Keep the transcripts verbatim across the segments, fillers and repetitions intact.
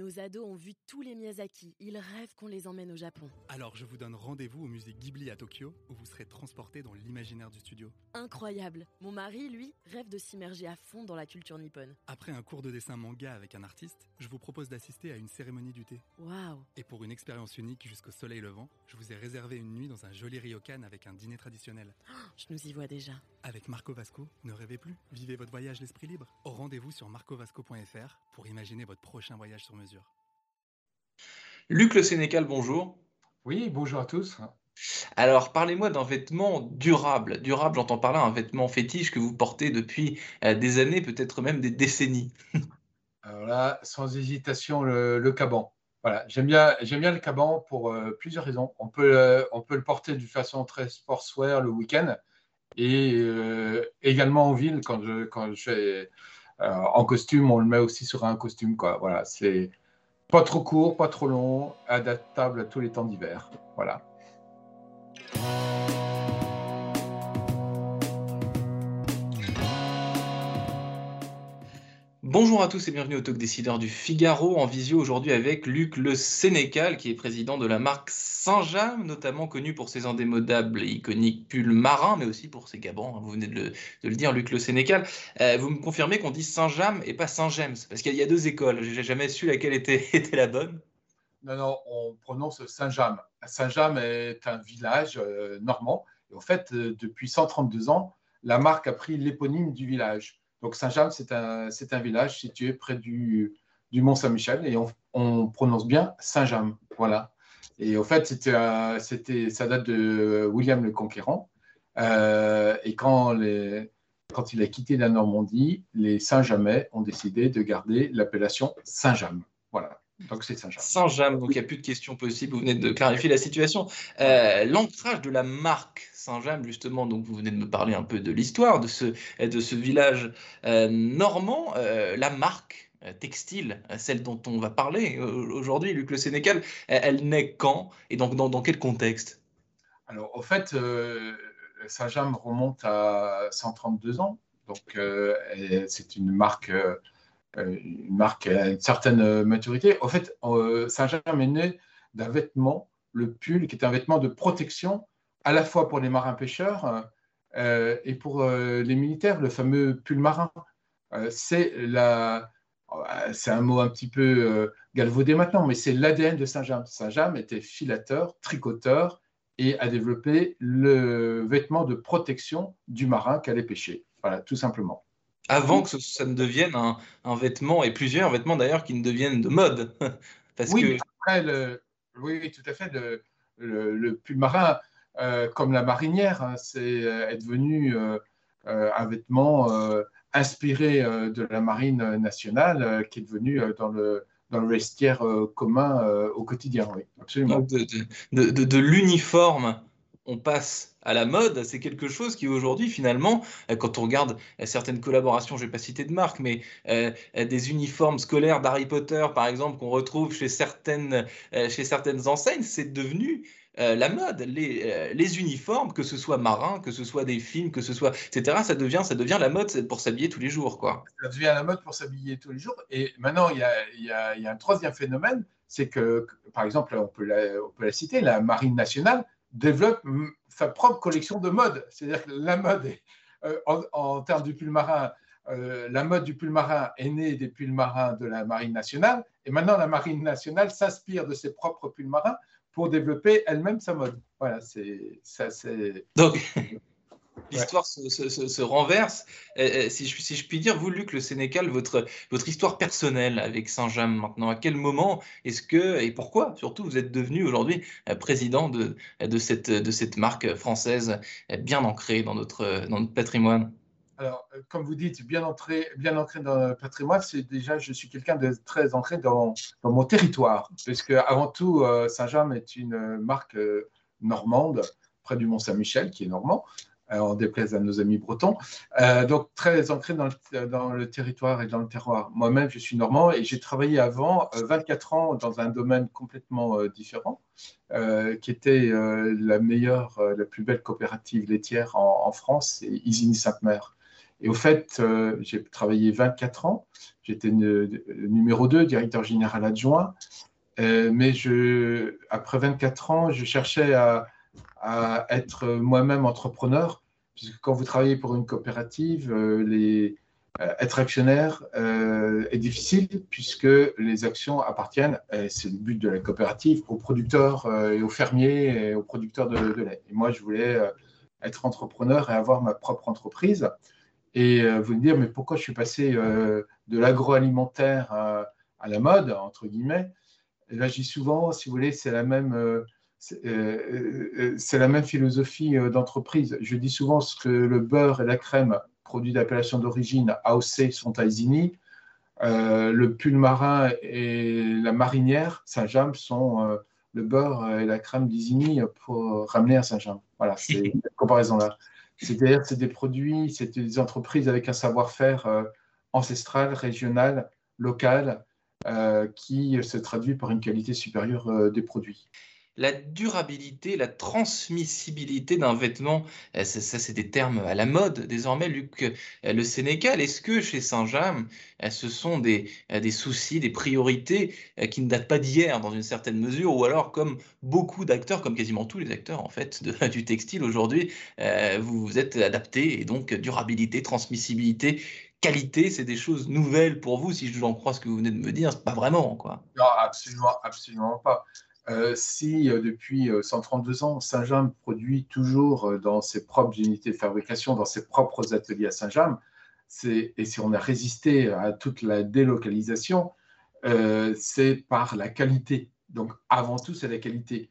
Nos ados ont vu tous les Miyazaki. Ils rêvent qu'on les emmène au Japon. Alors je vous donne rendez-vous au musée Ghibli à Tokyo, où vous serez transportés dans l'imaginaire du studio. Incroyable. Mon mari, lui, rêve de s'immerger à fond dans la culture nippone. Après un cours de dessin manga avec un artiste, je vous propose d'assister à une cérémonie du thé. Waouh. Et pour une expérience unique jusqu'au soleil levant, je vous ai réservé une nuit dans un joli ryokan avec un dîner traditionnel. Oh, je nous y vois déjà. Avec Marco Vasco, ne rêvez plus, vivez votre voyage l'esprit libre. Au rendez-vous sur marco vasco point f r pour imaginer votre prochain voyage sur mesure. Luc Le Sénécal, bonjour. Oui, bonjour à tous. Alors, parlez-moi d'un vêtement durable. Durable, j'entends par là un vêtement fétiche que vous portez depuis euh, des années, peut-être même des décennies. Alors là, sans hésitation, le, le caban. Voilà, j'aime bien, j'aime bien le caban pour euh, plusieurs raisons. On peut, euh, on peut le porter d'une façon très sportswear le week-end et euh, également en ville quand je, quand je suis euh, en costume, on le met aussi sur un costume, quoi. Voilà, c'est pas trop court, pas trop long, adaptable à tous les temps d'hiver. Voilà. Bonjour à tous et bienvenue au Talk Décideur du Figaro, en visio aujourd'hui avec Luc Le Sénécal, qui est président de la marque Saint-James, notamment connu pour ses indémodables et iconiques pulls marins, mais aussi pour ses gabans, hein, vous venez de le, de le dire, Luc Le Sénécal. Euh, vous me confirmez qu'on dit Saint-James et pas Saint-James, parce qu'il y a deux écoles, j'ai jamais su laquelle était, était la bonne. Non, non, on prononce Saint-James. Saint-James est un village euh, normand. Et en fait, euh, depuis cent trente-deux ans, la marque a pris l'éponyme du village. Donc Saint-James, c'est un, c'est un village situé près du, du Mont-Saint-Michel et on, on prononce bien Saint-James. Voilà. Et en fait, c'était, euh, c'était, ça date de William le Conquérant. Euh, et quand, les, quand il a quitté la Normandie, les Saint-Jamais ont décidé de garder l'appellation Saint-James. Voilà. Donc c'est Saint-James. Saint-James, donc il n'y a plus de questions possibles, vous venez de clarifier la situation. Euh, L'ancrage de la marque Saint-James, justement, donc vous venez de me parler un peu de l'histoire de ce, de ce village euh, normand, euh, la marque euh, textile, celle dont on va parler aujourd'hui, Luc Le Sénécal, elle, elle naît quand et donc dans, dans quel contexte? Alors au fait, euh, Saint-James remonte à cent trente-deux ans, donc euh, c'est une marque... Euh, une marque à une certaine maturité. En fait, euh, Saint-James est né d'un vêtement, le pull, qui est un vêtement de protection à la fois pour les marins-pêcheurs euh, et pour euh, les militaires, le fameux pull marin. Euh, c'est la, c'est un mot un petit peu euh, galvaudé maintenant, mais c'est l'A D N de Saint-James. Saint-James était filateur, tricoteur et a développé le vêtement de protection du marin qui allait pêcher. Voilà, tout simplement. Avant que ça ne devienne un, un vêtement, et plusieurs vêtements d'ailleurs qui ne deviennent de mode. Parce oui, que... après, le, oui, oui, tout à fait. Le, le, le pull marin, euh, comme la marinière, hein, c'est est devenu euh, euh, un vêtement euh, inspiré euh, de la marine nationale, euh, qui est devenu euh, dans le dans le vestiaire euh, commun euh, au quotidien. Oui, absolument. De, de, de, de l'uniforme, on passe à la mode, c'est quelque chose qui aujourd'hui finalement, quand on regarde certaines collaborations, je ne vais pas citer de marque, mais euh, des uniformes scolaires d'Harry Potter par exemple qu'on retrouve chez certaines, euh, chez certaines enseignes, c'est devenu euh, la mode. Les, euh, les uniformes, que ce soit marins, que ce soit des films, que ce soit, et cetera, ça devient, ça devient la mode pour s'habiller tous les jours, quoi. Ça devient la mode pour s'habiller tous les jours. Et maintenant, il y a, il y a, il y a un troisième phénomène, c'est que, par exemple, on peut la, on peut la citer, la Marine nationale développe sa propre collection de mode. C'est-à-dire que la mode, est, euh, en, en termes du pull marin, euh, la mode du pull marin est née des pulls marins de la Marine nationale. Et maintenant, la Marine nationale s'inspire de ses propres pulls marins pour développer elle-même sa mode. Voilà, c'est ça. C'est... Donc... L'histoire ouais. se, se, se renverse. Euh, si, je, si je puis dire, vous, Luc Le Sénécal, votre, votre histoire personnelle avec Saint-James maintenant, à quel moment est-ce que, et pourquoi surtout, vous êtes devenu aujourd'hui président de, de, cette, de cette marque française bien ancrée dans notre, dans notre patrimoine? Alors, comme vous dites, bien ancré, bien ancré dans le patrimoine, c'est déjà, je suis quelqu'un de très ancré dans, dans mon territoire, puisque avant tout, euh, Saint-James est une marque euh, normande, près du Mont-Saint-Michel, qui est normand, euh, en déplaise à nos amis bretons, euh, donc très ancré dans le, dans le territoire et dans le terroir. Moi-même, je suis normand et j'ai travaillé avant euh, vingt-quatre ans dans un domaine complètement euh, différent, euh, qui était euh, la meilleure, euh, la plus belle coopérative laitière en, en France, c'est Isigny-Sainte-Mère. Et au fait, euh, j'ai travaillé vingt-quatre ans. J'étais ne- numéro deux, directeur général adjoint. Euh, mais je, après vingt-quatre ans, je cherchais à, à être moi-même entrepreneur, puisque quand vous travaillez pour une coopérative, euh, les, euh, être actionnaire euh, est difficile, puisque les actions appartiennent, et c'est le but de la coopérative, aux producteurs euh, et aux fermiers et aux producteurs de, de lait. Et moi, je voulais euh, être entrepreneur et avoir ma propre entreprise. Et euh, vous me dire, mais pourquoi je suis passé euh, de l'agroalimentaire à, à la mode, entre guillemets. Et là, je dis souvent, si vous voulez, c'est la même, euh, c'est euh, euh, c'est la même philosophie euh, d'entreprise. Je dis souvent ce que le beurre et la crème, produits d'appellation d'origine A O C, sont à Isigny. Euh, le pull marin et la marinière, Saint-James, sont euh, le beurre et la crème d'Isigny pour ramener à Saint-James. Voilà, c'est cette comparaison-là. C'est-à-dire que c'est des produits, c'est des entreprises avec un savoir-faire euh, ancestral, régional, local, euh, qui se traduit par une qualité supérieure euh, des produits. La durabilité, la transmissibilité d'un vêtement, euh, ça, ça, c'est des termes à la mode désormais, Luc euh, Le Sénécal. Est-ce que chez Saint-James, euh, ce sont des, euh, des soucis, des priorités euh, qui ne datent pas d'hier dans une certaine mesure, ou alors comme beaucoup d'acteurs, comme quasiment tous les acteurs en fait de- du textile aujourd'hui, euh, vous vous êtes adaptés, et donc durabilité, transmissibilité, qualité, c'est des choses nouvelles pour vous, si j'en crois ce que vous venez de me dire, c'est pas vraiment, quoi. Non, absolument, absolument pas. Euh, si euh, depuis euh, cent trente-deux ans, Saint-James produit toujours euh, dans ses propres unités de fabrication, dans ses propres ateliers à Saint-James, c'est, et si on a résisté à toute la délocalisation, euh, c'est par la qualité. Donc, avant tout, c'est la qualité.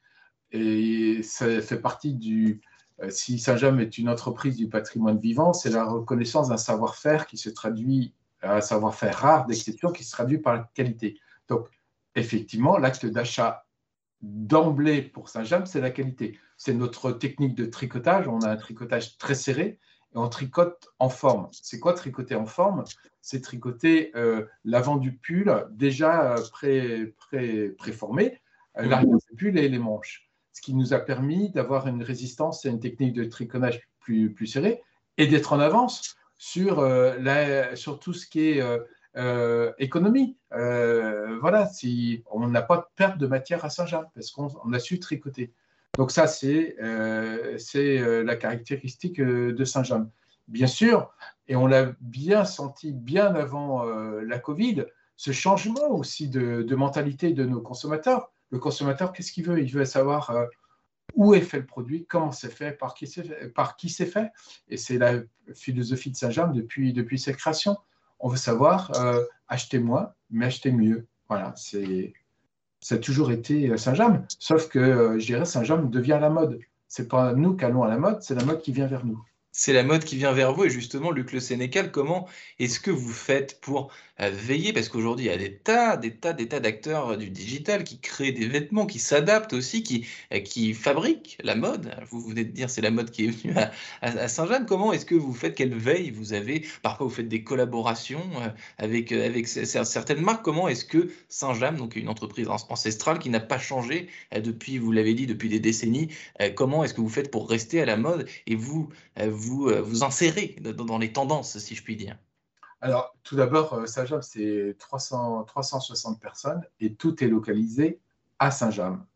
Et ça fait partie du. euh, Si Saint-James est une entreprise du patrimoine vivant, c'est la reconnaissance d'un savoir-faire qui se traduit, un savoir-faire rare d'exception qui se traduit par la qualité. Donc, effectivement, l'acte d'achat d'emblée pour Saint-James, c'est la qualité. C'est notre technique de tricotage. On a un tricotage très serré et on tricote en forme. C'est quoi tricoter en forme? C'est tricoter euh, l'avant du pull déjà pré, pré, préformé, euh, l'arrière du pull et les manches. Ce qui nous a permis d'avoir une résistance et une technique de tricotage plus, plus serrée et d'être en avance sur, euh, la, sur tout ce qui est euh, euh, économie. Euh, voilà, si on n'a pas de perte de matière à Saint-James parce qu'on on a su tricoter. Donc ça, c'est euh, c'est, euh, la caractéristique euh, de Saint-James. Bien sûr, et on l'a bien senti bien avant euh, la Covid, ce changement aussi de, de mentalité de nos consommateurs. Le consommateur, qu'est-ce qu'il veut? Il veut savoir euh, où est fait le produit, comment c'est fait, par qui c'est fait, par qui c'est fait. Et c'est la philosophie de Saint-James depuis, depuis sa création. On veut savoir euh, acheter moins, mais acheter mieux. Voilà, c'est, ça a toujours été Saint-James. Sauf que, euh, je dirais, Saint-James devient la mode. Ce n'est pas nous qui allons à la mode, c'est la mode qui vient vers nous. C'est la mode qui vient vers vous. Et justement, Luc Le Sénécal, comment est-ce que vous faites pour euh, veiller? Parce qu'aujourd'hui, il y a des tas, des tas, des tas d'acteurs euh, du digital qui créent des vêtements, qui s'adaptent aussi, qui, euh, qui fabriquent la mode. Vous venez de dire c'est la mode qui est venue à, à, à Saint-James. Comment est-ce que vous faites? Quelle veille vous avez? Parfois, vous faites des collaborations euh, avec, euh, avec c- c- certaines marques. Comment est-ce que Saint-James, donc une entreprise an- ancestrale qui n'a pas changé euh, depuis, vous l'avez dit, depuis des décennies, euh, comment est-ce que vous faites pour rester à la mode et vous euh, vous, euh, vous insérer dans, dans les tendances, si je puis dire? Alors, tout d'abord, euh, Saint-James, c'est trois cents, trois cent soixante personnes et tout est localisé à Saint-James,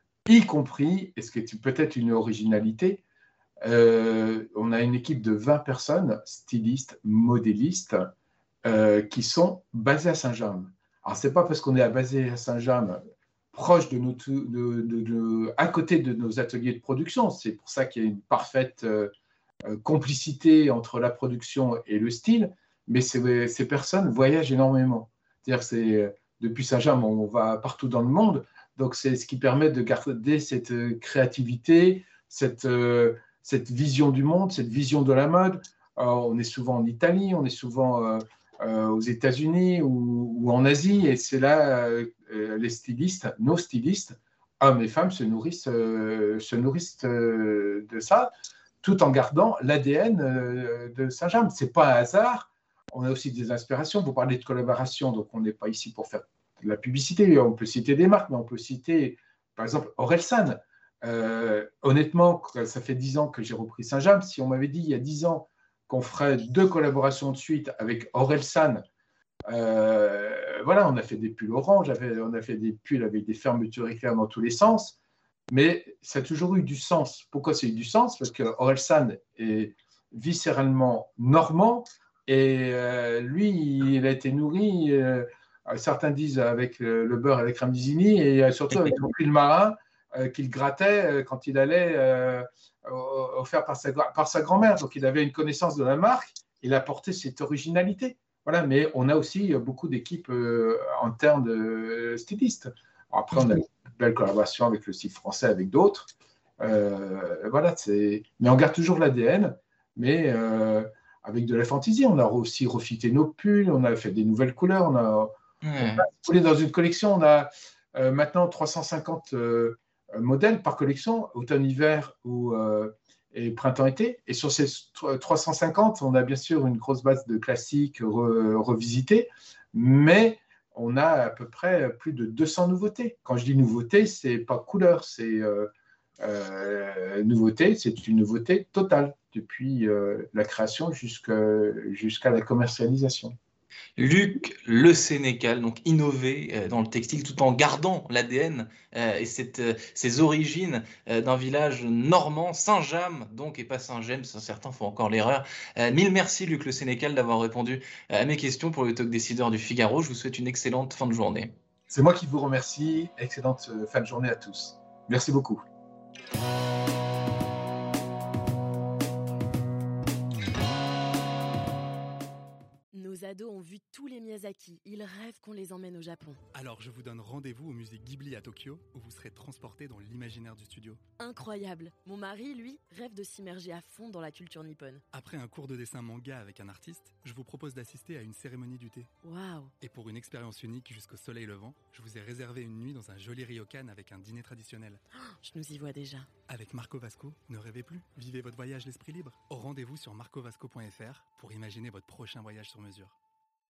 y compris, et ce qui est peut-être une originalité, euh, on a une équipe de vingt personnes, stylistes, modélistes, euh, qui sont basées à Saint-James. Alors, ce n'est pas parce qu'on est basé à Saint-James, proche de nos, de, de, de, à côté de nos ateliers de production. C'est pour ça qu'il y a une parfaite euh, complicité entre la production et le style, mais ces, ces personnes voyagent énormément. C'est-à-dire c'est depuis Saint-James, on va partout dans le monde, donc c'est ce qui permet de garder cette créativité, cette, euh, cette vision du monde, cette vision de la mode. Alors, on est souvent en Italie, on est souvent euh, euh, aux États-Unis ou, ou en Asie, et c'est là euh, les stylistes, nos stylistes, hommes et femmes, se nourrissent, euh, se nourrissent euh, de ça, tout en gardant l'A D N euh, de Saint-James. Ce n'est pas un hasard. On a aussi des inspirations. Vous parlez de collaboration, donc on n'est pas ici pour faire de la publicité. On peut citer des marques, mais on peut citer, par exemple, Orelsan. Euh, honnêtement, ça fait dix ans que j'ai repris Saint-James. Si on m'avait dit il y a dix ans qu'on ferait deux collaborations de suite avec Orelsan. Euh, voilà, on a fait des pulls orange, on a fait des pulls avec des fermetures éclairs dans tous les sens, mais ça a toujours eu du sens. Pourquoi ça a eu du sens? Parce que Orelsan est viscéralement normand et euh, lui, il a été nourri, euh, certains disent avec le, le beurre et la crème d'Isigny, et surtout avec le pull marin euh, qu'il grattait euh, quand il allait euh, offert par sa, par sa grand-mère. Donc il avait une connaissance de la marque, il a porté cette originalité. Voilà, mais on a aussi beaucoup d'équipes euh, en termes de stylistes. Après, on a une belle collaboration avec le style français, avec d'autres. Euh, voilà, c'est... Mais on garde toujours l'A D N, mais euh, avec de la fantaisie. On a aussi refité nos pulls, on a fait des nouvelles couleurs. On a, mmh. on a dans une collection, on a euh, maintenant trois cent cinquante euh, modèles par collection, automne-hiver ou euh, et printemps-été. Et sur ces trois cent cinquante, on a bien sûr une grosse base de classiques re, revisités, mais on a à peu près plus de deux cents nouveautés. Quand je dis nouveauté, ce n'est pas couleur, c'est euh, euh, nouveauté, c'est une nouveauté totale, depuis euh, la création jusqu'à, jusqu'à la commercialisation. Luc Le Sénécal, donc innové euh, dans le textile tout en gardant l'A D N euh, et cette, euh, ses origines euh, d'un village normand, Saint-James, donc, et pas Saint-James, certains font encore l'erreur. Euh, mille merci Luc Le Sénécal d'avoir répondu à mes questions pour le Talk Décideur du Figaro. Je vous souhaite une excellente fin de journée. C'est moi qui vous remercie. Excellente fin de journée à tous. Merci beaucoup. Nos ados ont vu tous les Miyazaki. Ils rêvent qu'on les emmène au Japon. Alors je vous donne rendez-vous au musée Ghibli à Tokyo, où vous serez transportés dans l'imaginaire du studio. Incroyable. Mon mari, lui, rêve de s'immerger à fond dans la culture nippone. Après un cours de dessin manga avec un artiste, je vous propose d'assister à une cérémonie du thé. Waouh. Et pour une expérience unique jusqu'au soleil levant, je vous ai réservé une nuit dans un joli ryokan avec un dîner traditionnel. Oh, je nous y vois déjà. Avec Marco Vasco, ne rêvez plus, vivez votre voyage l'esprit libre. Au rendez-vous sur marco vasco point f r pour imaginer votre prochain voyage sur mesure.